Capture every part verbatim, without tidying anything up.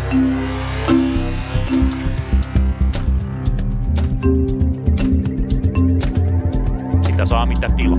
Mitä saa, mitä tilaa.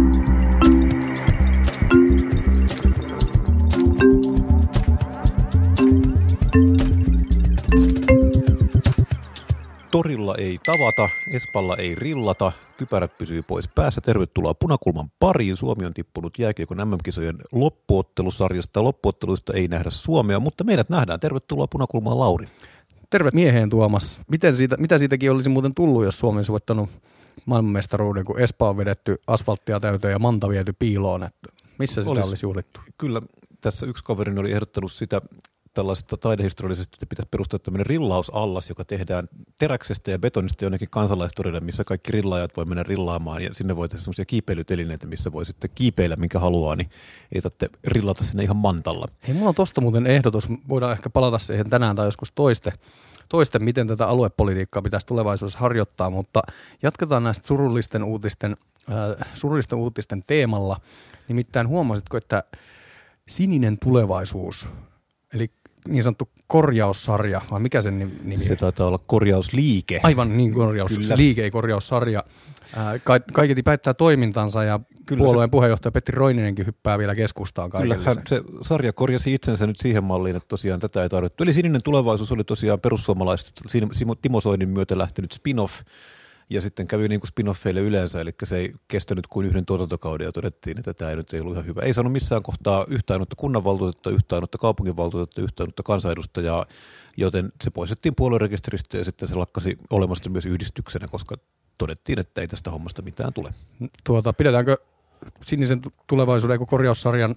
Torilla ei tavata, Espalla ei rillata, kypärät pysyy pois päässä. Tervetuloa Punakulman pariin. Suomi on tippunut jääkiekon M M-kisojen loppuottelusarjasta. Loppuotteluista ei nähdä Suomea, mutta meidät nähdään. Tervetuloa Punakulmaan, Lauri. Terve mieheen, Tuomas. Miten siitä, mitä siitäkin olisi muuten tullut, jos Suomi olisi voittanut maailmanmestaruuden, kun Espa on vedetty asfalttia täyteen ja Manta viety piiloon? Että missä sitä olisi, olisi juhlittu? Kyllä, tässä yksi kaverini oli ehdottanut sitä tällaista taidehistoriallisesti, että pitäisi perustaa tämmöinen rillausallas, joka tehdään teräksestä ja betonista jonnekin kansalaistorille, missä kaikki rillaajat voi mennä rillaamaan, ja sinne voi tehdä semmoisia kiipeilytelineitä, missä voi sitten kiipeillä minkä haluaa, niin ei tarvitse rillata sinne ihan mantalla. Hei, mulla on tosta muuten ehdotus, voidaan ehkä palata siihen tänään tai joskus toiste, toiste miten tätä aluepolitiikkaa pitäisi tulevaisuudessa harjoittaa, mutta jatketaan näistä surullisten uutisten, äh, surullisten uutisten teemalla, nimittäin huomasitko, että sininen tulevaisuus, eli niin sanottu korjaussarja, vai mikä sen nimi? Se taitaa olla korjausliike. Aivan niin, korjausliike, ei korjaussarja. Ka- kaiketi päättää toimintansa ja kyllä puolueen se, puheenjohtaja Petteri Roininenkin hyppää vielä keskustaan kaikellisen. Kyllähän se sarja korjasi itsensä nyt siihen malliin, että tosiaan tätä ei tarvittu. Eli sininen tulevaisuus oli tosiaan perussuomalaiset, Timo Soinin myötä lähtenyt spin-off, ja sitten kävi niin kuin spin-offeille yleensä, eli se ei kestänyt kuin yhden tuotantokauden ja todettiin, että tämä ei nyt ei ollut ihan hyvä. Ei saanut missään kohtaa yhtään ainutta kunnanvaltuutettua, yhtään ainutta kaupunginvaltuutettua, yhtään ainutta kansanedustajaa, joten se poistettiin puoluerekisteristä ja sitten se lakkasi olemasta myös yhdistyksenä, koska todettiin, että ei tästä hommasta mitään tule. Tuota, pidetäänkö sinisen tulevaisuuden kuin korjaussarjan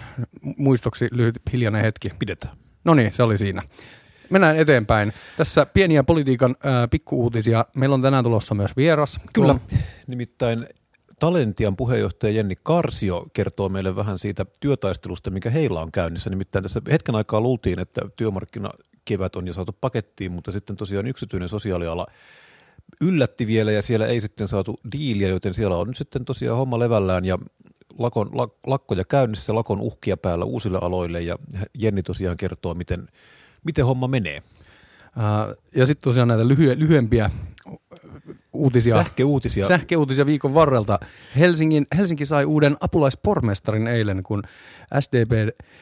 muistoksi lyhyt hiljainen hetki? Pidetään. No niin, se oli siinä. Mennään eteenpäin. Tässä pieniä politiikan ää, pikkuuutisia. Meillä on tänään tulossa myös vieras. Kyllä, Tuo... nimittäin Talentian puheenjohtaja Jenni Karsio kertoo meille vähän siitä työtaistelusta, mikä heillä on käynnissä. Nimittäin tässä hetken aikaa luultiin, että työmarkkinakevät on jo saatu pakettiin, mutta sitten tosiaan yksityinen sosiaaliala yllätti vielä ja siellä ei sitten saatu diiliä, joten siellä on nyt sitten tosiaan homma levällään ja lakon, lak, lakkoja käynnissä, lakon uhkia päällä uusille aloille ja Jenni tosiaan kertoo, miten Miten homma menee? Ja sitten tosiaan näitä lyhy- lyhyempiä uutisia. Sähköuutisia. Sähköuutisia viikon varrelta. Helsingin, Helsinki sai uuden apulaispormestarin eilen, kun S D P,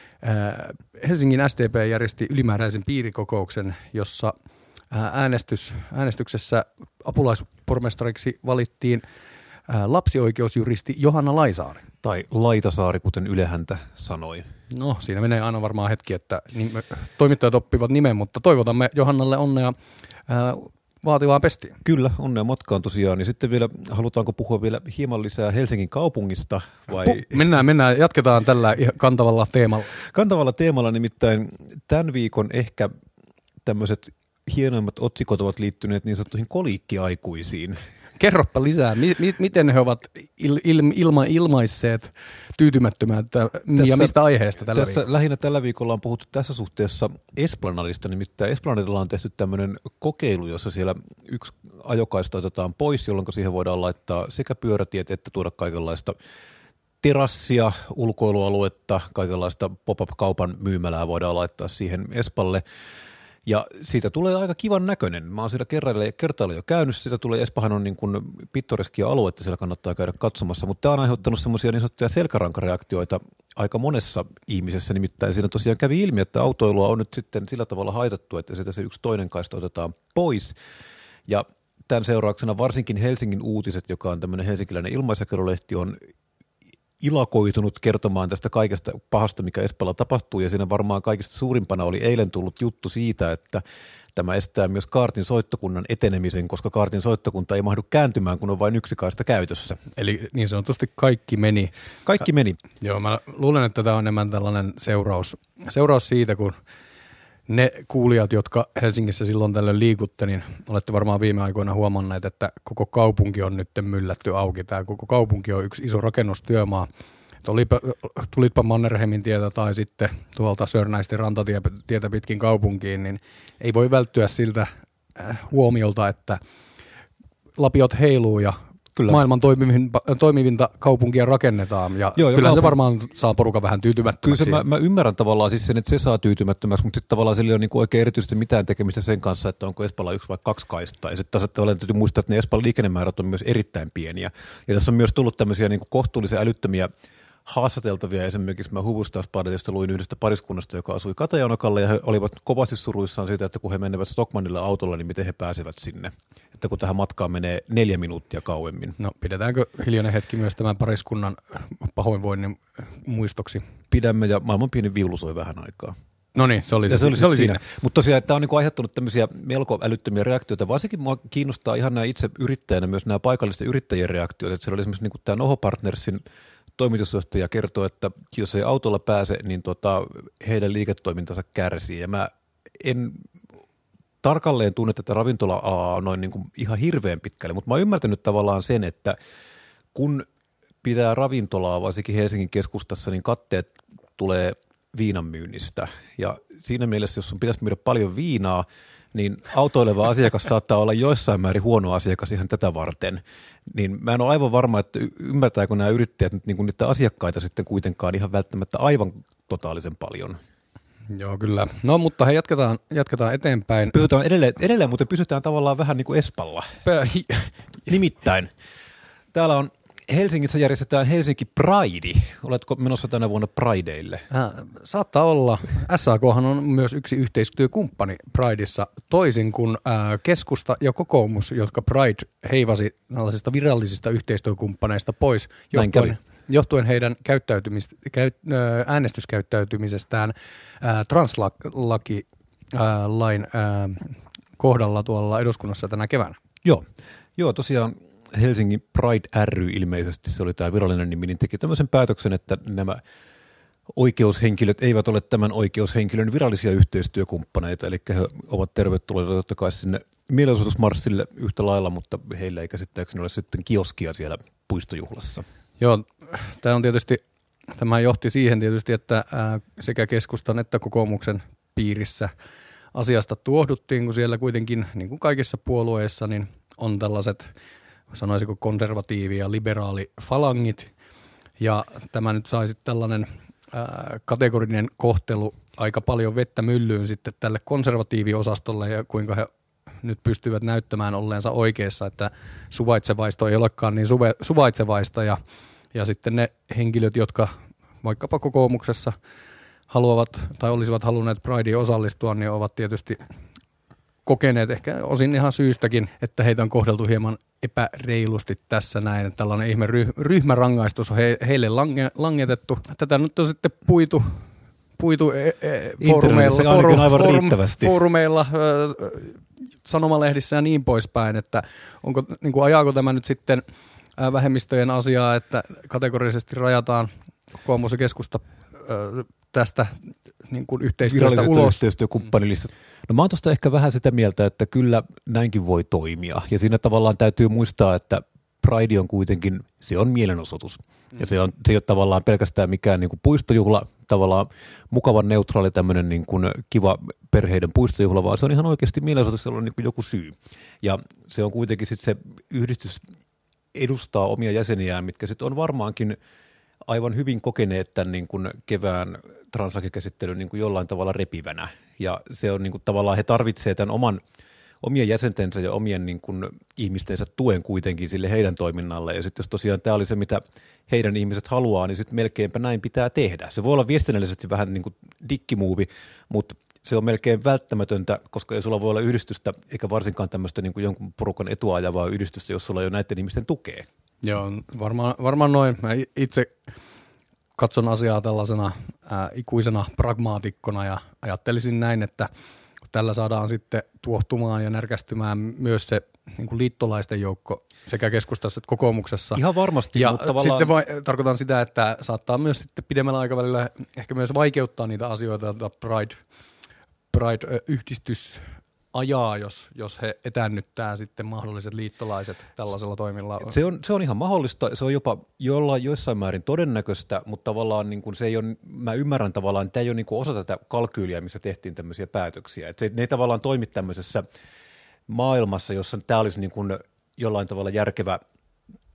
äh, Helsingin S D P järjesti ylimääräisen piirikokouksen, jossa äänestys, äänestyksessä apulaispormestariksi valittiin äh, lapsioikeusjuristi Johanna Laisaari. Tai Laitasaari, kuten Yle häntä sanoi. No, siinä menee aina varmaan hetki, että toimittajat oppivat nimen, mutta toivotamme Johannalle onnea ää, vaativaan pestiin. Kyllä, onnea matkaan tosiaan. Ja sitten vielä, halutaanko puhua vielä hieman lisää Helsingin kaupungista? Vai? Puh, mennään, mennään, jatketaan tällä kantavalla teemalla. Kantavalla teemalla nimittäin tämän viikon ehkä tämmöiset hienoimmat otsikot ovat liittyneet niin sanottuihin koliikkiaikuisiin. Kerropa lisää, mi- miten he ovat il- il- ilma- ilmaisseet tyytymättömyyttä ja mistä aiheesta tällä tässä viikolla? Lähinnä tällä viikolla on puhuttu tässä suhteessa Esplanadista, nimittäin Esplanadilla on tehty tämmöinen kokeilu, jossa siellä yksi ajokaista otetaan pois, jolloin siihen voidaan laittaa sekä pyörätiet että tuoda kaikenlaista terassia, ulkoilualuetta, kaikenlaista pop-up-kaupan myymälää voidaan laittaa siihen Espalle. Ja siitä tulee aika kivan näköinen. Mä oon siellä kertailla jo käynyt. Siitä tulee, Espahan on niin kuin pittoreskia alue, että siellä kannattaa käydä katsomassa, mutta tämä on aiheuttanut semmoisia niin sanottuja selkärankareaktioita aika monessa ihmisessä. Nimittäin siinä tosiaan kävi ilmi, että autoilua on nyt sitten sillä tavalla haitattu, että sieltä se yksi toinen kaista otetaan pois. Ja tämän seurauksena varsinkin Helsingin Uutiset, joka on tämmöinen helsinkiläinen ilmaisjakelulehti, on ilakoitunut kertomaan tästä kaikesta pahasta, mikä Espalla tapahtuu, ja siinä varmaan kaikista suurimpana oli eilen tullut juttu siitä, että tämä estää myös kaartin soittokunnan etenemisen, koska kaartin soittokunta ei mahdu kääntymään, kun on vain yksi kaista käytössä. Eli niin sanotusti kaikki meni. Kaikki meni. Joo, mä luulen, että tämä on enemmän tällainen seuraus, seuraus siitä, kun ne kuulijat, jotka Helsingissä silloin tällöin liikutte, niin olette varmaan viime aikoina huomanneet, että koko kaupunki on nyt myllätty auki. Tämä koko kaupunki on yksi iso rakennustyömaa. Tulipa, tulitpa Mannerheimin tietä tai sitten tuolta Sörnäisten rantatietä pitkin kaupunkiin, niin ei voi välttyä siltä huomiolta, että lapiot heiluu ja kyllä. maailman toimivinta, toimivinta kaupunkia rakennetaan, ja Joo, kyllä kaupun... se varmaan saa porukan vähän tyytymättömäksi. Kyllä se, mä, mä ymmärrän tavallaan siis sen, että se saa tyytymättömäksi, mutta sitten tavallaan sillä ei ole niin oikein erityisesti mitään tekemistä sen kanssa, että onko Espalla yksi vai kaksi kaistaa. Ja sitten taas tavallaan täytyy muistaa, että ne Espan liikennemäärät on myös erittäin pieniä. Ja tässä on myös tullut tämmöisiä niin kuin kohtuullisen älyttömiä haastateltavia. Esimerkiksi mä Hufvudstadsbladetista luin yhdestä pariskunnasta, joka asui Katajanokalla, ja he olivat kovasti suruissaan siitä, että kun he menevät Stockmannille autolla, niin miten he pääsevät sinne. Että kun tähän matkaan menee neljä minuuttia kauemmin. No pidetäänkö hiljainen hetki myös tämän pariskunnan pahoinvoinnin muistoksi? Pidämme, ja maailman pieni viulu soi vähän aikaa. No niin, se oli, se, se, oli, se oli siinä. siinä. Mutta tosiaan, tämä on niinku aiheuttanut tämmöisiä melko älyttömiä reaktioita. Varsinkin mua kiinnostaa ihan nämä itse yrittäjänä myös nämä paikallisten yrittäjien reaktiot. Että siellä oli esimerkiksi niinku tämä Noho Partnersin toimitusjohtaja kertoo, että jos ei autolla pääse, niin tota, heidän liiketoimintansa kärsii. Ja mä en tarkalleen tunne tätä ravintola-alaa noin niin kuin ihan hirveän pitkälle, mutta mä oon ymmärtänyt tavallaan sen, että kun pitää ravintolaa, varsinkin Helsingin keskustassa, niin katteet tulee viinan myynnistä. Ja siinä mielessä, jos sun pitäisi myydä paljon viinaa, niin autoileva asiakas saattaa olla joissain määrin huono asiakas ihan tätä varten. Niin mä en ole aivan varma, että ymmärtääkö nämä yrittäjät nyt niin kuin niitä asiakkaita sitten kuitenkaan ihan välttämättä aivan totaalisen paljon. Joo, kyllä. No, mutta hei, jatketaan, jatketaan eteenpäin. Pysytään edelleen, edelleen, mutta pysytään tavallaan vähän niin kuin Espalla. Nimittäin, täällä on Helsingissä järjestetään Helsinki Pride. Oletko menossa tänä vuonna Prideille? Äh, saattaa olla. S A K:han on myös yksi yhteistyökumppani Prideissa, toisin kuin äh, keskusta ja kokoomus, jotka Pride heivasi tällaisista virallisista yhteistyökumppaneista pois, johtuen, johtuen heidän käyttäytymistä, käy, äh, äänestyskäyttäytymisestään äh, translaki äh, lain äh, kohdalla tuolla eduskunnassa tänä keväänä. Joo, Joo tosiaan. Helsingin Pride ry ilmeisesti, se oli tämä virallinen nimi, niin teki tämmöisen päätöksen, että nämä oikeushenkilöt eivät ole tämän oikeushenkilön virallisia yhteistyökumppaneita, eli he ovat tervetulleita totta kai sinne mielenosoitusmarssille yhtä lailla, mutta heillä ei käsittääkseni ole sitten kioskia siellä puistojuhlassa. Joo, tämä on tietysti, tämä johti siihen tietysti, että sekä keskustan että kokoomuksen piirissä asiasta tuohduttiin, kun siellä kuitenkin, niin kuin kaikissa puolueissa, niin on tällaiset, sanoisiko konservatiivi- ja liberaali-falangit, ja tämä nyt sai sitten tällainen ää, kategorinen kohtelu aika paljon vettä myllyyn sitten tälle konservatiiviosastolle, ja kuinka he nyt pystyvät näyttämään olleensa oikeassa, että suvaitsevaisto ei olekaan niin suve, suvaitsevaista, ja, ja sitten ne henkilöt, jotka vaikkapa kokoomuksessa haluavat tai olisivat halunneet Prideen osallistua, niin ovat tietysti kokeneet ehkä osin ihan syystäkin, että heitä on kohdeltu hieman epäreilusti tässä näin, että tällainen ihme ryhmärangaistus on he, heille lange, langetettu. Tätä nyt on sitten puitu, puitu e, e, foorumeilla, foorum, aivan foorum, foorumeilla ö, sanomalehdissä ja niin poispäin, että onko, niin kuin ajaako tämä nyt sitten ä, vähemmistöjen asiaa, että kategorisesti rajataan kokoomus ja keskusta ö, tästä niin kuin yhteistyöstä ulos. Yhteistyökumppanilista. No mä oon tuosta ehkä vähän sitä mieltä, että kyllä näinkin voi toimia. Ja siinä tavallaan täytyy muistaa, että Pride on kuitenkin, se on mielenosoitus. Mm. Ja se, on, se ei ole tavallaan pelkästään mikään niin kuin puistojuhla, tavallaan mukavan neutraali tämmöinen niin kuin kiva perheiden puistojuhla, vaan se on ihan oikeasti mielenosoitus, jolla on niin kuin joku syy. Ja se on kuitenkin sitten se yhdistys edustaa omia jäseniään, mitkä sitten on varmaankin aivan hyvin kokeneet tämän niin kuin kevään translakikäsittelyn niin kuin jollain tavalla repivänä. Ja se on niin kuin tavallaan, he tarvitsevat tämän oman, omien jäsentensä ja omien niin kuin ihmistensä tuen kuitenkin sille heidän toiminnalle. Ja sitten jos tosiaan tämä oli se, mitä heidän ihmiset haluaa, niin sitten melkeinpä näin pitää tehdä. Se voi olla viestinnällisesti vähän niin kuin dikkimuuvi, mutta se on melkein välttämätöntä, koska ei sulla voi olla yhdistystä, eikä varsinkaan tämmöistä niin kuin jonkun porukan etua ajavaa yhdistystä, jos sulla on jo näiden ihmisten tukea. Joo, varmaan, varmaan noin. Mä itse katson asiaa tällaisena ää, ikuisena pragmaatikkona ja ajattelisin näin, että tällä saadaan sitten tuohtumaan ja närkästymään myös se niin kuin liittolaisten joukko sekä keskustassa että kokoomuksessa. Ihan varmasti, ja mutta tavallaan sitten vai, tarkoitan sitä, että saattaa myös sitten pidemmällä aikavälillä ehkä myös vaikeuttaa niitä asioita, joita Pride, Pride-yhdistys ajaa, jos, jos he etäännyttää sitten mahdolliset liittolaiset tällaisella toimilla. Se on, se on ihan mahdollista, se on jopa jollain, joissain määrin todennäköistä, mutta tavallaan niin kuin se ei ole, mä ymmärrän tavallaan, että tämä ei ole niin kuin osa tätä kalkyyliä, missä tehtiin tämmöisiä päätöksiä. Että se, ne ei tavallaan toimi tämmöisessä maailmassa, jossa tämä olisi niin kuin jollain tavalla järkevä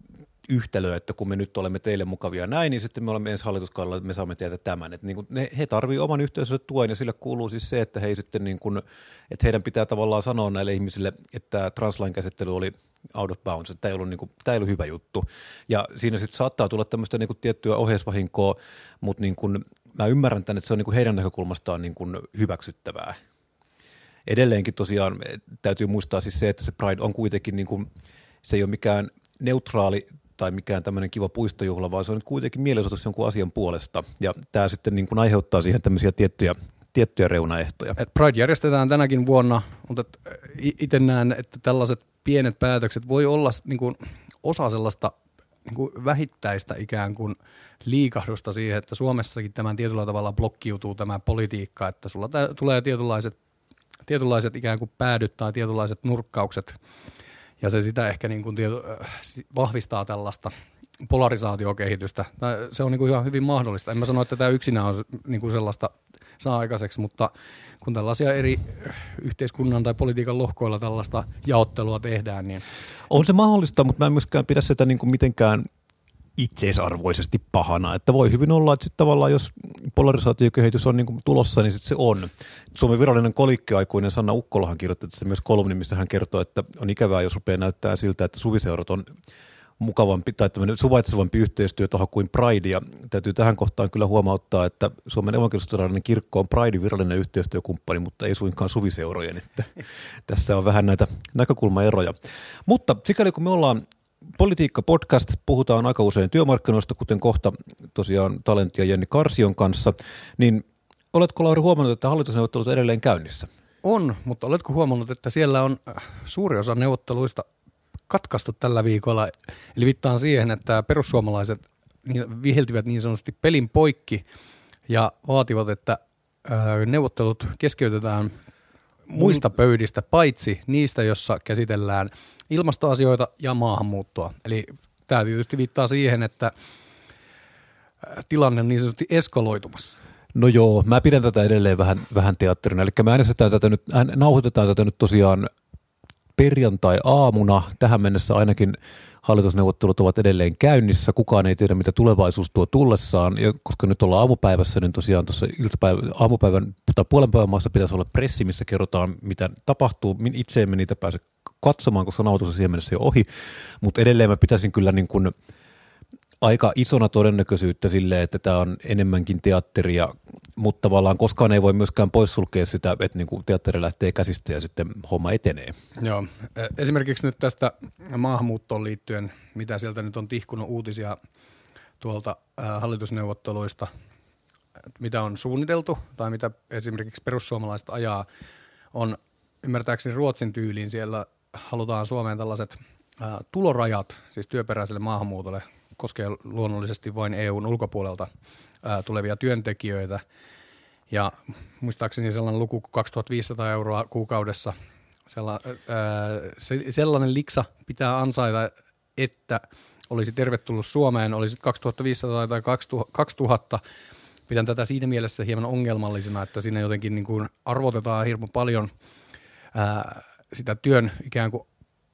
yhtälö, että kun me nyt olemme teille mukavia näin, niin sitten me olemme ensi hallituskaudella, että me saamme tietää tämän. Että niin kuin ne, he tarvitsevat oman yhteisönsä tuen ja sille kuuluu siis se, että, he sitten niin kuin, että heidän pitää tavallaan sanoa näille ihmisille, että translain käsittely oli out of bounds, että tämä ei ollut, niin kuin, tämä ei ollut hyvä juttu. Ja siinä sitten saattaa tulla tämmöistä niin kuin tiettyä oheisvahinkoa, mutta niin kuin, mä ymmärrän tämän, että se on niin kuin heidän näkökulmastaan niin kuin hyväksyttävää. Edelleenkin tosiaan täytyy muistaa siis se, että se Pride on kuitenkin, niin kuin, se ei ole mikään neutraali tai mikään tämmöinen kiva puistojuhla, vaan se on nyt kuitenkin mielenosoitus jonkun asian puolesta. Ja tämä sitten niin kuin aiheuttaa siihen tämmöisiä tiettyjä, tiettyjä reunaehtoja. Et Pride järjestetään tänäkin vuonna, mutta itse näen, että tällaiset pienet päätökset voi olla niin kuin osa sellaista niin kuin vähittäistä ikään kuin liikahdusta siihen, että Suomessakin tämän tietyllä tavalla blokkiutuu tämä politiikka, että sulla t- tulee tietynlaiset, tietynlaiset ikään kuin päädyt tai tietynlaiset nurkkaukset, ja se sitä ehkä niin kuin tieto, vahvistaa tällaista polarisaatiokehitystä. Se on niin kuin ihan hyvin mahdollista. En mä sano, että tämä yksinään on niin kuin sellaista saa aikaiseksi, mutta kun tällaisia eri yhteiskunnan tai politiikan lohkoilla tällaista jaottelua tehdään, niin on se mahdollista, mutta mä en myöskään pidä sitä niin kuin mitenkään itseisarvoisesti pahana, että voi hyvin olla, että sitten tavallaan jos polarisaatiokehitys on niin kuin tulossa, niin sitten se on. Suomen virallinen kolikkeaikuinen Sanna Ukkolahan kirjoitti sitä myös kolumni, missä hän kertoo, että on ikävää, jos rupeaa näyttää siltä, että suviseurat on mukavampi tai tämmöinen suvaitsevampi yhteistyötaho kuin Pride, ja täytyy tähän kohtaan kyllä huomauttaa, että Suomen evankelis-luterilainen kirkko on Pride virallinen yhteistyökumppani, mutta ei suinkaan suviseurojen, että tässä on vähän näitä näkökulmaeroja. Mutta sikäli kun me ollaan Politiikka-podcast, puhutaan aika usein työmarkkinoista, kuten kohta tosiaan Talentti ja Jenni Karsion kanssa, niin oletko Lauri huomannut, että hallitusneuvottelut on edelleen käynnissä? On, mutta oletko huomannut, että siellä on suuri osa neuvotteluista katkaistu tällä viikolla, eli viittaan siihen, että perussuomalaiset viheltivät niin sanotusti pelin poikki ja vaativat, että neuvottelut keskeytetään muista pöydistä, paitsi niistä, jossa käsitellään ilmastoasioita ja maahanmuuttoa. Eli tämä tietysti viittaa siihen, että tilanne on niin sanotusti eskaloitumassa. No joo, mä pidän tätä edelleen vähän, vähän teatterina, eli me äänestetään tätä nyt, nauhoitetaan tätä nyt tosiaan perjantai-aamuna. Tähän mennessä ainakin hallitusneuvottelut ovat edelleen käynnissä. Kukaan ei tiedä, mitä tulevaisuus tuo tullessaan. Ja koska nyt ollaan aamupäivässä, niin tosiaan tuossa iltapäivän, aamupäivän tai puolen päivän maassa pitäisi olla pressi, missä kerrotaan, mitä tapahtuu. Itse emme niitä pääse katsomaan, koska nauhoitus on siihen mennessä jo ohi. Mutta edelleen mä pitäisin kyllä niin kuin aika isona todennäköisyyttä sille, että tämä on enemmänkin teatteria, mutta tavallaan koskaan ei voi myöskään poissulkea sitä, että niin kuin teatteri lähtee käsistä ja sitten homma etenee. Joo. Esimerkiksi nyt tästä maahanmuuttoon liittyen, mitä sieltä nyt on tihkunut uutisia tuolta hallitusneuvotteluista, mitä on suunniteltu tai mitä esimerkiksi perussuomalaiset ajaa, on ymmärtääkseni Ruotsin tyyliin. Siellä halutaan Suomeen tällaiset tulorajat, siis työperäiselle maahanmuutolle, koskee luonnollisesti vain E U:n ulkopuolelta ää, tulevia työntekijöitä. Ja muistaakseni sellainen luku kuin kaksituhattaviisisataa euroa kuukaudessa, sella, ää, se, sellainen liksa pitää ansaita, että olisi tervetullut Suomeen, olisi kaksituhattaviisisataa tai kaksituhatta. Pidän tätä siinä mielessä hieman ongelmallisena, että siinä jotenkin niin kuin arvotetaan hirmu paljon ää, sitä työn ikään kuin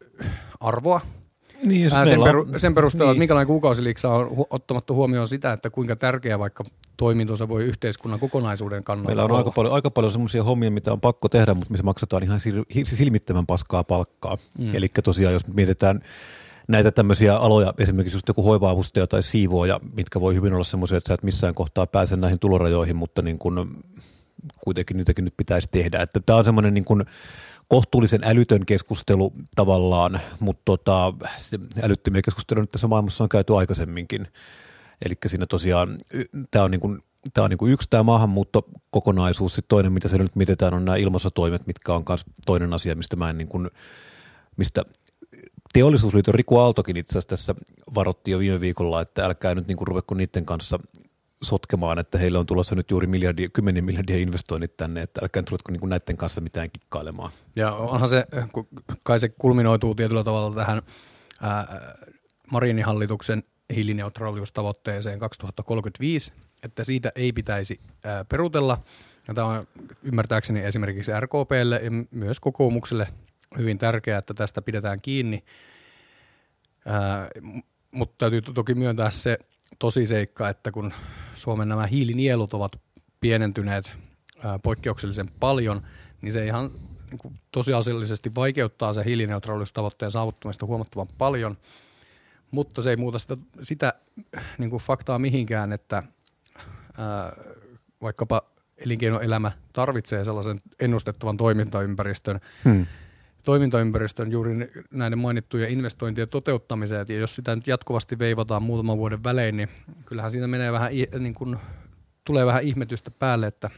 arvoa. Niin, Ää, sen, peru, sen perusteella, niin. Että minkälainen kuukausiliksa on hu- ottamatta huomioon sitä, että kuinka tärkeä vaikka toimintonsa voi yhteiskunnan kokonaisuuden kannalta Meillä on olla. aika paljon, aika paljon semmoisia hommia, mitä on pakko tehdä, mutta missä maksetaan ihan silmittömän paskaa palkkaa. Mm. Eli tosiaan, jos mietitään näitä tämmöisiä aloja, esimerkiksi just joku hoiva-avustaja tai siivooja, mitkä voi hyvin olla semmoisia, että sä et missään kohtaa pääse näihin tulorajoihin, mutta niin kun, kuitenkin niitäkin nyt pitäisi tehdä. Että tämä on semmoinen niin kuin kohtuullisen älytön keskustelu tavallaan, mutta tota, älyttömiä keskusteluja nyt tässä maailmassa on käyty aikaisemminkin. Eli siinä tosiaan, tämä on, niin kuin, tämä on niin kuin yksi tämä maahanmuuttokokonaisuus, sitten toinen, mitä se nyt mietitään, on nämä ilmastotoimet, mitkä on myös toinen asia, mistä mä en niin kuin, mistä Teollisuusliiton Riku Aaltokin itse asiassa tässä varoitti jo viime viikolla, että älkää nyt niin kuin ruveko niiden kanssa sotkemaan, että heille on tulossa nyt juuri miljardia, kymmenen miljardia investoinnit tänne, että älkää nyt ruvetko niin näiden kanssa mitään kikkailemaan. Ja onhan se, kai se kulminoituu tietyllä tavalla tähän ää, Marinin hallituksen hiilineutraaliustavoitteeseen kaksituhattakolmekymmentäviisi, että siitä ei pitäisi ää, perutella. Ja tämä on ymmärtääkseni esimerkiksi R K P:lle ja myös kokoomukselle hyvin tärkeää, että tästä pidetään kiinni. Ää, mutta täytyy toki myöntää se tosiseikka, että kun Suomen nämä hiilinielut ovat pienentyneet ää, poikkeuksellisen paljon, niin se ihan niin kuin tosiasiallisesti vaikeuttaa se hiilineutraalisuustavoitteen saavuttamista huomattavan paljon, mutta se ei muuta sitä, sitä niin kuin faktaa mihinkään, että ää, vaikkapa elinkeinoelämä tarvitsee sellaisen ennustettavan toimintaympäristön, hmm. toimintaympäristön juuri näiden mainittujen investointien toteuttamiseen, ja jos sitä nyt jatkuvasti veivataan muutaman vuoden välein, niin kyllähän siinä menee vähän, niin kuin, tulee vähän ihmetystä päälle, että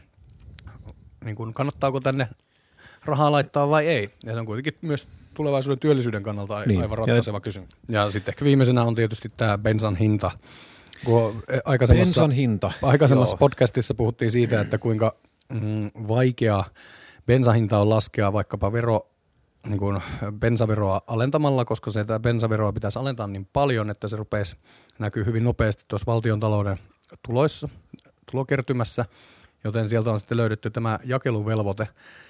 niin kuin, kannattaako tänne rahaa laittaa vai ei, ja se on kuitenkin myös tulevaisuuden työllisyyden kannalta niin. aivan ratkaiseva ja kysymys. Ja sitten ehkä viimeisenä on tietysti tämä bensan hinta. Kun aikaisemmassa, bensan hinta. aikaisemmassa podcastissa puhuttiin siitä, että kuinka mm, vaikea bensan hinta on laskea vaikkapa vero, niin kuin bensaveroa alentamalla, koska se bensaveroa pitäisi alentaa niin paljon, että se rupeisi näkyy hyvin nopeasti tuossa valtion talouden tuloissa, tulokertymässä, joten sieltä on sitten löydetty tämä jakeluvelvoite,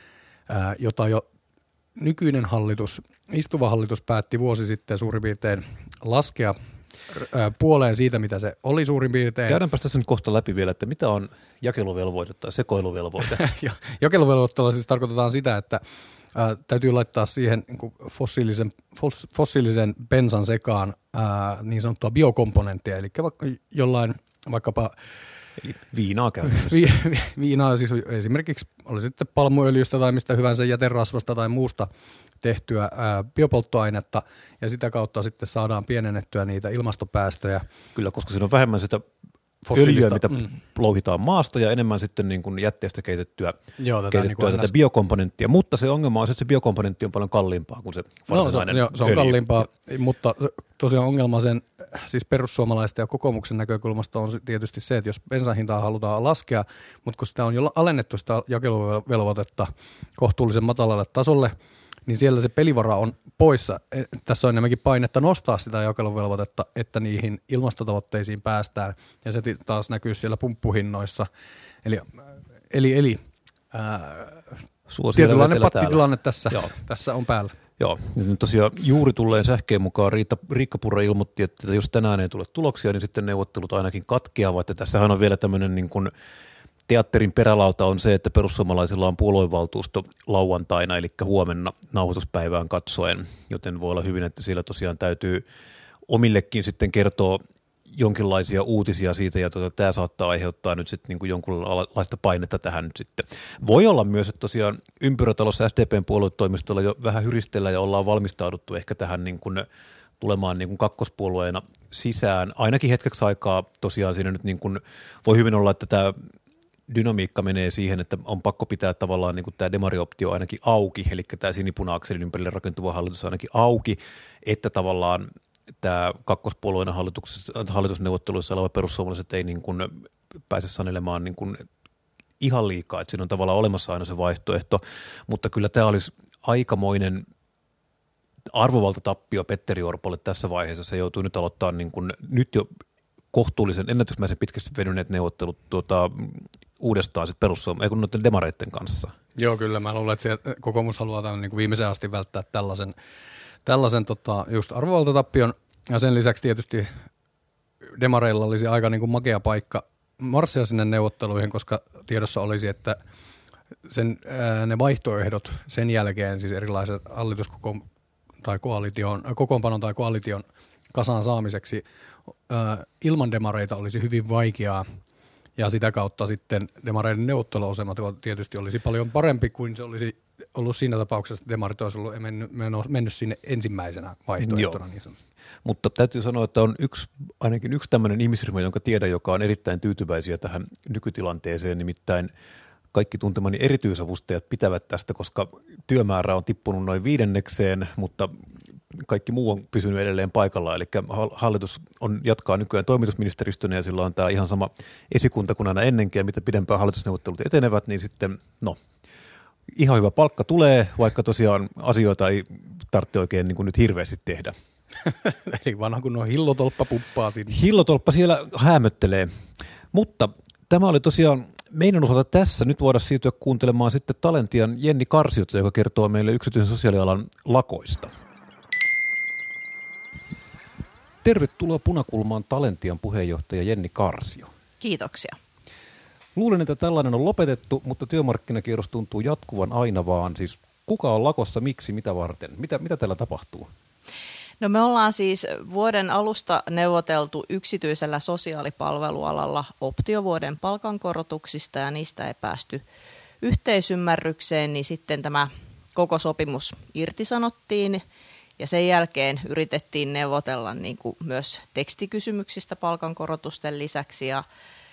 ää, jota jo nykyinen hallitus, istuva hallitus päätti vuosi sitten suurin piirtein laskea ää, puoleen siitä, mitä se oli suurin piirtein. Käydäänpä tässä nyt kohta läpi vielä, että mitä on jakeluvelvoite tai sekoiluvelvoite? Jakeluvelvoitteella siis tarkoitetaan sitä, että ää, täytyy laittaa siihen niin kuin fossiilisen, fossiilisen bensan sekaan ää, niin sanottua biokomponenttia, eli vaikka jollain vaikkapa Eli viinaa käytännössä. Vi, vi, viinaa siis esimerkiksi oli sitten palmuöljystä tai mistä hyvänsä jäterasvasta tai muusta tehtyä ää, biopolttoainetta, ja sitä kautta sitten saadaan pienennettyä niitä ilmastopäästöjä. Kyllä, koska siinä on vähemmän sitä öljyä, mitä mm. louhitaan maasta, ja enemmän sitten niin kuin jätteestä keitettyä, joo, tätä, keitettyä niin tätä ennäs... biokomponenttia. Mutta se ongelma on se, että se biokomponentti on paljon kalliimpaa kuin se varsinainen no, se, se on öljy. kalliimpaa, mutta tosiaan ongelma sen, siis perussuomalaisten ja kokoomuksen näkökulmasta on tietysti se, että jos bensan hintaa halutaan laskea, mutta kun sitä on jo alennettu sitä jakeluvelvoitetta kohtuullisen matalalle tasolle, niin siellä se pelivara on poissa. Tässä on enemmänkin painetta nostaa sitä jakeluvelvoitetta, että niihin ilmastotavoitteisiin päästään, ja se taas näkyy siellä pumppuhinnoissa. Eli, eli, eli ää, tietynlainen pattitilanne tässä, tässä on päällä. Joo, nyt tosiaan juuri tulleen sähkeen mukaan Riitta, Riikka Purra ilmoitti, että jos tänään ei tule tuloksia, niin sitten neuvottelut ainakin katkeavat, että tässähän on vielä tämmöinen niin kuin teatterin perälauta on se, että perussuomalaisilla on puoluevaltuusto lauantaina, eli huomenna nauhoituspäivään katsoen, joten voi olla hyvin, että siellä tosiaan täytyy omillekin sitten kertoa jonkinlaisia uutisia siitä, ja tuota, tämä saattaa aiheuttaa nyt sitten niin kuin jonkunlaista painetta tähän nyt sitten. Voi olla myös, että tosiaan Ympyrätalossa S D P:n puoluetoimistolla jo vähän hyristellään ja ollaan valmistauduttu ehkä tähän niin kuin tulemaan niin kuin kakkospuolueena sisään. Ainakin hetkeksi aikaa tosiaan siinä nyt niin kuin voi hyvin olla, että tämä dynamiikka menee siihen, että on pakko pitää tavallaan niin kuin tämä demarioptio ainakin auki, eli tämä sinipuna-akselin ympärille rakentuva hallitus ainakin auki, että tavallaan tämä kakkospuolueena hallitusneuvotteluissa oleva perussuomalaiset ei niin kuin pääse sanelemaan niin kuin ihan liikaa, että siinä on tavallaan olemassa aina se vaihtoehto, mutta kyllä tämä olisi aikamoinen arvovaltatappio Petteri Orpolle tässä vaiheessa. Se joutuu nyt aloittaa niin kuin, nyt jo kohtuullisen ennätysmäisen pitkästi venyneet neuvottelut tuota, uudestaan sitten perussuomalaiset, ei kun noiden demareiden kanssa. Joo, kyllä. Mä luulen, että siellä kokoomus haluaa tämän niin kuin viimeisen asti välttää tällaisen, tällaisen tota, just arvovaltatappion. Ja sen lisäksi tietysti demareilla olisi aika niin kuin makea paikka marssia sinne neuvotteluihin, koska tiedossa olisi, että sen, ää, ne vaihtoehdot sen jälkeen, siis erilaiset hallituskoko- tai koalition, kokoonpanon tai koalition kasaan saamiseksi ää, ilman demareita olisi hyvin vaikeaa. Ja sitä kautta sitten demareiden neuvotteluasema tietysti olisi paljon parempi kuin se olisi ollut siinä tapauksessa, että demarit olisi ollut mennyt, mennyt sinne ensimmäisenä vaihtoehtona. Niin mutta täytyy sanoa, että on yksi, ainakin yksi tämmöinen ihmisryhmä, jonka tiedän, joka on erittäin tyytyväisiä tähän nykytilanteeseen, nimittäin kaikki tuntemani erityisavustajat pitävät tästä, koska työmäärä on tippunut noin viidennekseen, mutta kaikki muu on pysynyt edelleen paikallaan, eli hallitus on jatkaa nykyään toimitusministeristönä ja sillä on tämä ihan sama esikunta kuin aina ennenkin, ja mitä pidempään hallitusneuvottelut etenevät, niin sitten no ihan hyvä palkka tulee, vaikka tosiaan asioita ei tarvitse oikein niin kuin nyt hirveästi tehdä. Eli vanha kun on hillotolppa pumppaa sinne. Hillotolppa siellä hämöttelee, mutta tämä oli tosiaan meidän osalta tässä. Nyt voidaan siirtyä kuuntelemaan sitten Talentian Jenni Karsiota, joka kertoo meille yksityisen sosiaalialan lakoista. Tervetuloa Punakulmaan Talentian puheenjohtaja Jenni Karsio. Kiitoksia. Luulen, että tällainen on lopetettu, mutta työmarkkinakierros tuntuu jatkuvan aina vaan. Siis kuka on lakossa, miksi, mitä varten? Mitä, mitä täällä tapahtuu? No me ollaan siis vuoden alusta neuvoteltu yksityisellä sosiaalipalvelualalla optiovuoden palkankorotuksista ja niistä ei päästy yhteisymmärrykseen, niin sitten tämä koko sopimus irtisanottiin ja sen jälkeen yritettiin neuvotella niin kuin myös tekstikysymyksistä palkankorotusten lisäksi ja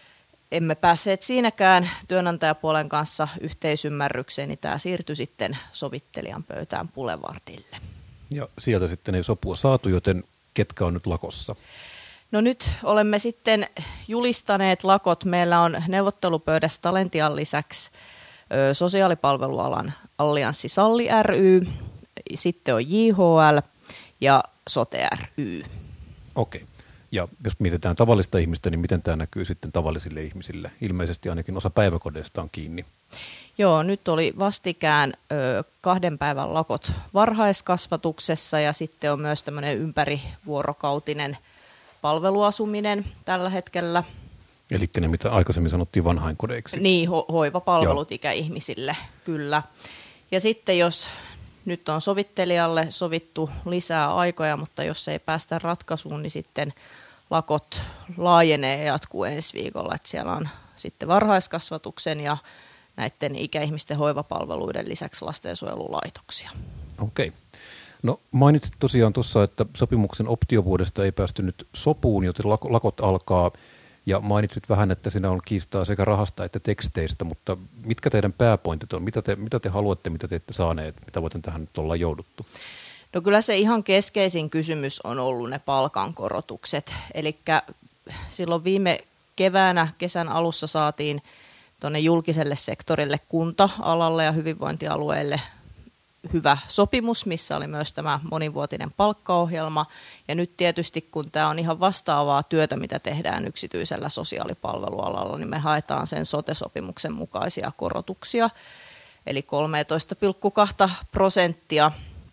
emme päässeet siinäkään työnantajapuolen kanssa yhteisymmärrykseen, niin tämä siirtyi sitten sovittelijan pöytään Boulevardille. Ja sieltä sitten ei sopua saatu, joten ketkä on nyt lakossa? No nyt olemme sitten julistaneet lakot. Meillä on neuvottelupöydässä Talentian lisäksi ö, sosiaalipalvelualan Allianssi Salli ry, sitten on J H L ja Sote ry. Okei. Ja jos mietitään tavallista ihmistä, niin miten tämä näkyy sitten tavallisille ihmisille? Ilmeisesti ainakin osa päiväkodeista on kiinni. Joo, nyt oli vastikään ö, kahden päivän lakot varhaiskasvatuksessa ja sitten on myös tämmöinen ympärivuorokautinen palveluasuminen tällä hetkellä. Eli ne, mitä aikaisemmin sanottiin vanhainkodeiksi. Niin, ho- hoivapalvelut Joo. ikäihmisille, kyllä. Ja sitten jos nyt on sovittelijalle sovittu lisää aikoja, mutta jos ei päästä ratkaisuun, niin sitten lakot laajenee ja jatkuu ensi viikolla. Että siellä on sitten varhaiskasvatuksen ja näiden ikäihmisten hoivapalveluiden lisäksi lastensuojelulaitoksia. Okei. No mainitsit tosiaan tuossa, että sopimuksen optiovuodesta ei päästy nyt sopuun, joten lakot alkaa. Ja mainitsit vähän, että siinä on kiistaa sekä rahasta että teksteistä, mutta mitkä teidän pääpointit on? Mitä te, mitä te haluatte, mitä te ette saaneet? Mitä voitin tähän nyt ollaan jouduttu? No kyllä se ihan keskeisin kysymys on ollut ne palkankorotukset. Eli silloin viime keväänä, kesän alussa saatiin tuonne julkiselle sektorille, kunta-alalle ja hyvinvointialueille hyvä sopimus, missä oli myös tämä monivuotinen palkkaohjelma. Ja nyt tietysti, kun tämä on ihan vastaavaa työtä, mitä tehdään yksityisellä sosiaalipalvelualalla, niin me haetaan sen sote-sopimuksen mukaisia korotuksia, eli kolmetoista pilkku kaksi prosenttia.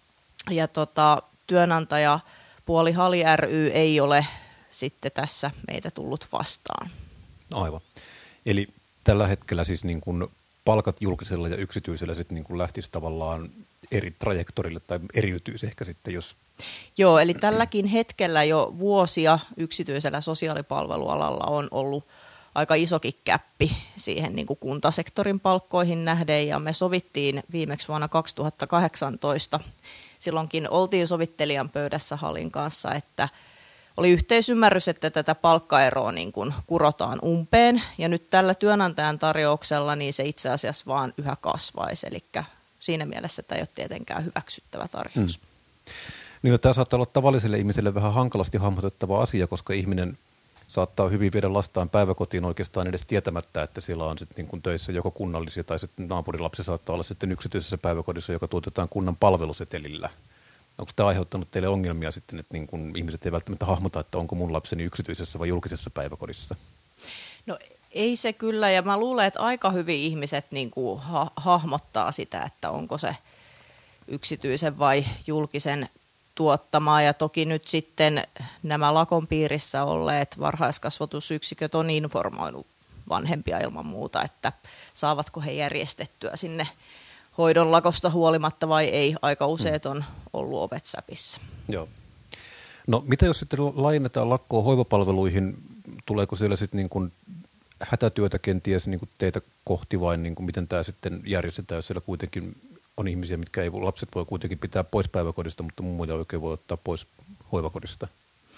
Ja tota, työnantajapuoli Hali ry ei ole sitten tässä meitä tullut vastaan. Aivan. Eli tällä hetkellä siis niin kuin palkat julkisella ja yksityisellä sitten niin kuin lähtisi tavallaan eri trajektorille tai eriytyisi ehkä sitten, jos... Joo, eli tälläkin hetkellä jo vuosia yksityisellä sosiaalipalvelualalla on ollut aika isokin käppi siihen niin kuin kuntasektorin palkkoihin nähden, ja me sovittiin viimeksi vuonna kaksituhattakahdeksantoista. Silloinkin oltiin sovittelijan pöydässä Halin kanssa, että oli yhteisymmärrys, että tätä palkkaeroa niin kuin kurotaan umpeen, ja nyt tällä työnantajan tarjouksella niin se itse asiassa vaan yhä kasvaisi, eli siinä mielessä tämä ei ole tietenkään hyväksyttävä tarjous. Hmm. Niin, no, tämä saattaa olla tavalliselle ihmiselle vähän hankalasti hahmotettava asia, koska ihminen saattaa hyvin viedä lastaan päiväkotiin oikeastaan edes tietämättä, että siellä on sitten niin kuin töissä joko kunnallisia tai sitten naapurilapsi saattaa olla sitten yksityisessä päiväkodissa, joka tuotetaan kunnan palvelusetelillä. Onko tämä aiheuttanut teille ongelmia sitten, että niin kun ihmiset ei välttämättä hahmota, että onko mun lapseni yksityisessä vai julkisessa päiväkodissa? No ei se kyllä, ja mä luulen, että aika hyvin ihmiset niin kuin ha- hahmottaa sitä, että onko se yksityisen vai julkisen tuottamaa, ja toki nyt sitten nämä lakon piirissä olleet varhaiskasvatusyksiköt on informoinut vanhempia ilman muuta, että saavatko he järjestettyä sinne hoidon lakosta huolimatta vai ei. Aika useat on ollut ovet säpissä. Joo. No mitä jos sitten laajennetaan lakkoa hoivapalveluihin, tuleeko siellä sitten niin kuin hätätyötä kenties niin kuin teitä kohti vai niin kuin miten tämä sitten järjestetään, jos siellä kuitenkin on ihmisiä, mitkä ei, lapset voi kuitenkin pitää pois päiväkodista, mutta muita oikein voi ottaa pois hoivakodista?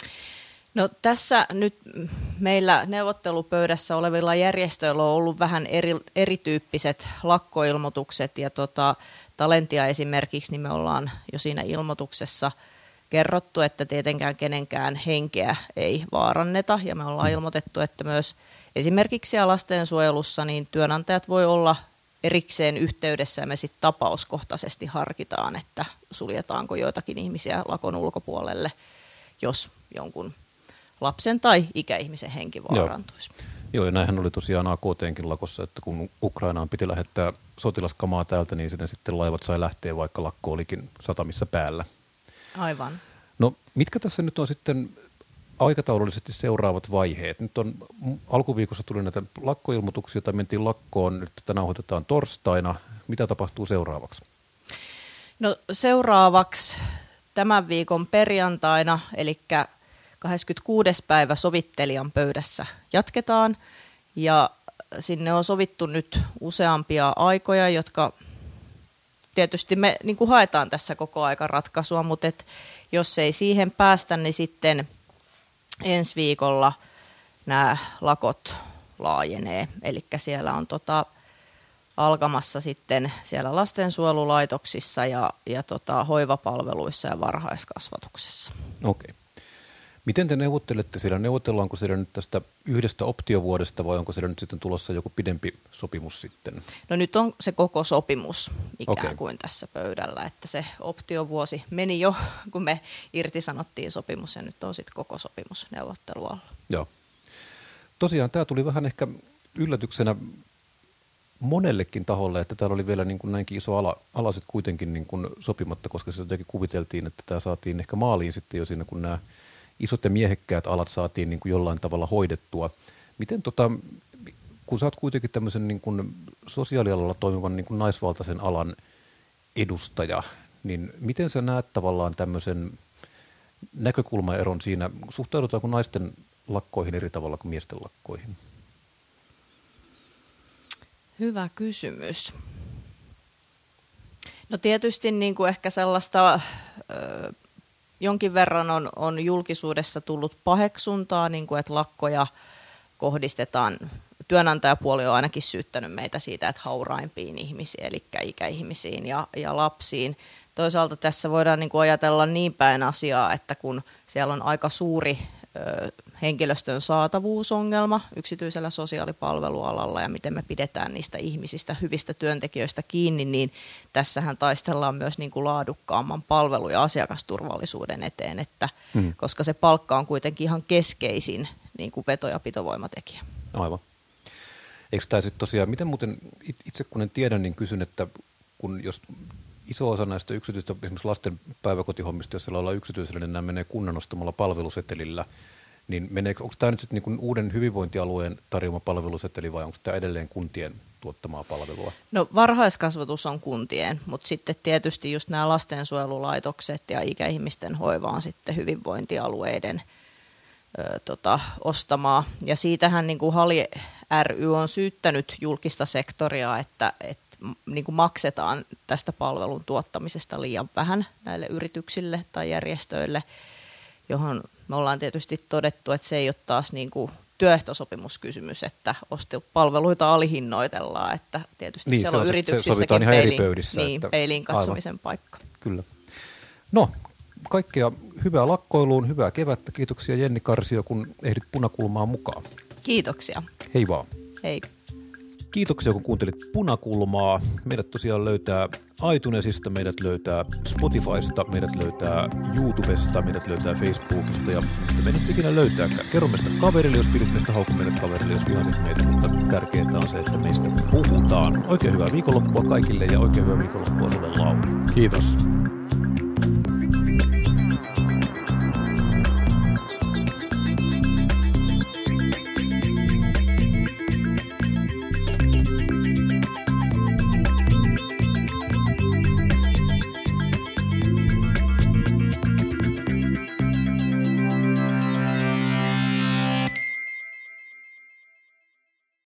No tässä nyt meillä neuvottelupöydässä olevilla järjestöillä on ollut vähän eri, erityyppiset lakkoilmoitukset ja tota, Talentia esimerkiksi, niin me ollaan jo siinä ilmoituksessa kerrottu, että tietenkään kenenkään henkeä ei vaaranneta ja me ollaan ilmoitettu, että myös esimerkiksi siellä lastensuojelussa niin työnantajat voi olla erikseen yhteydessä ja me sitten tapauskohtaisesti harkitaan, että suljetaanko joitakin ihmisiä lakon ulkopuolelle, jos jonkun lapsen tai ikäihmisen henki vaarantuisi. Joo. Joo, ja näinhän oli tosiaan A K T:nkin lakossa, että kun Ukrainaan piti lähettää sotilaskamaa täältä, niin sinne sitten laivat sai lähteä, vaikka lakko olikin satamissa päällä. Aivan. No mitkä tässä nyt on sitten aikataulullisesti seuraavat vaiheet? Nyt on alkuviikossa tuli näitä lakkoilmoituksia, tai mentiin lakkoon, nyt tätä nauhoitetaan torstaina. Mitä tapahtuu seuraavaksi? No seuraavaksi tämän viikon perjantaina, eli kahdeskymmeneskuudes päivä sovittelijan pöydässä jatketaan, ja sinne on sovittu nyt useampia aikoja, jotka tietysti me niin kuin haetaan tässä koko aika ratkaisua, mutta et jos ei siihen päästä, niin sitten ensi viikolla nämä lakot laajenee. Eli siellä on tota, alkamassa sitten siellä lastensuojelulaitoksissa ja, ja tota, hoivapalveluissa ja varhaiskasvatuksessa. Okei. Miten te neuvottelette siellä? Neuvotellaanko siellä nyt tästä yhdestä optiovuodesta vai onko siellä nyt sitten tulossa joku pidempi sopimus sitten? No nyt on se koko sopimus ikään Okei. kuin tässä pöydällä, että se optiovuosi meni jo, kun me irtisanottiin sopimus ja nyt on sitten koko sopimus neuvottelualla. Joo. Tosiaan tämä tuli vähän ehkä yllätyksenä monellekin taholle, että täällä oli vielä niin kuin näinkin iso ala, ala sitten kuitenkin niin kuin sopimatta, koska se jotenkin kuviteltiin, että tämä saatiin ehkä maaliin sitten jo siinä, kun nämä isot ja miehekkäät alat saatiin niin kuin jollain tavalla hoidettua. Miten tota, kun sä oot kuitenkin tämmöisen niin kuin sosiaalialalla toimivan niin kuin naisvaltaisen alan edustaja, niin miten sä näet tavallaan tämmöisen näkökulmaeron siinä, suhtaudutaanko naisten lakkoihin eri tavalla kuin miesten lakkoihin? Hyvä kysymys. No tietysti niin kuin ehkä sellaista ö, jonkin verran on, on julkisuudessa tullut paheksuntaa, niin kuin että lakkoja kohdistetaan. Työnantajapuoli on ainakin syyttänyt meitä siitä, että hauraimpiin ihmisiin, eli ikäihmisiin ja, ja lapsiin. Toisaalta tässä voidaan niin kuin ajatella niin päin asiaa, että kun siellä on aika suuri ö, henkilöstön saatavuusongelma yksityisellä sosiaalipalvelualalla ja miten me pidetään niistä ihmisistä, hyvistä työntekijöistä kiinni, niin tässähän taistellaan myös niin kuin laadukkaamman palvelu- ja asiakasturvallisuuden eteen, että, mm. koska se palkka on kuitenkin ihan keskeisin niin kuin veto- ja pitovoimatekijä. Aivan. Eikö tämä sitten tosiaan, miten muuten itse kun en tiedä, niin kysyn, että kun jos iso osa näistä yksityistä, esimerkiksi lasten päiväkotihommista, jos siellä ollaan yksityisellä, niin nämä menee kunnan ostamalla palvelusetelillä, niin meneekö, onko tämä nyt sitten niin uuden hyvinvointialueen tarjoama palveluseteli vai onko tämä edelleen kuntien tuottamaa palvelua? No varhaiskasvatus on kuntien, mutta sitten tietysti just nämä lastensuojelulaitokset ja ikäihmisten hoiva on sitten hyvinvointialueiden ö, tota, ostamaa. Ja siitähän niin kuin Hali ry on syyttänyt julkista sektoria, että, että niin kuin maksetaan tästä palvelun tuottamisesta liian vähän näille yrityksille tai järjestöille, johon me ollaan tietysti todettu, että se ei ole taas niin kuin työehtosopimuskysymys, että ostopalveluita alihinnoitellaan, että tietysti niin, siellä on, on yrityksissäkin peilin, niin, peiliin katsomisen aivan. Paikka. Kyllä. No, kaikkea hyvää lakkoiluun, hyvää kevättä. Kiitoksia Jenni Karsio, kun ehdit Punakulmaan mukaan. Kiitoksia. Hei vaan. Hei. Kiitoksia, kun kuuntelit Punakulmaa. Meidät tosiaan löytää iTunesista, meidät löytää Spotifysta, meidät löytää YouTubesta, meidät löytää Facebookista ja mistä meidät ikinä löytääkään. Kerro meistä kaverille, jos pidit meistä, haukku meidät kaverille, jos vihasit meitä, mutta tärkeintä on se, että meistä puhutaan. Oikein hyvää viikonloppua kaikille ja oikein hyvää viikonloppua sulle, Lauri. Kiitos.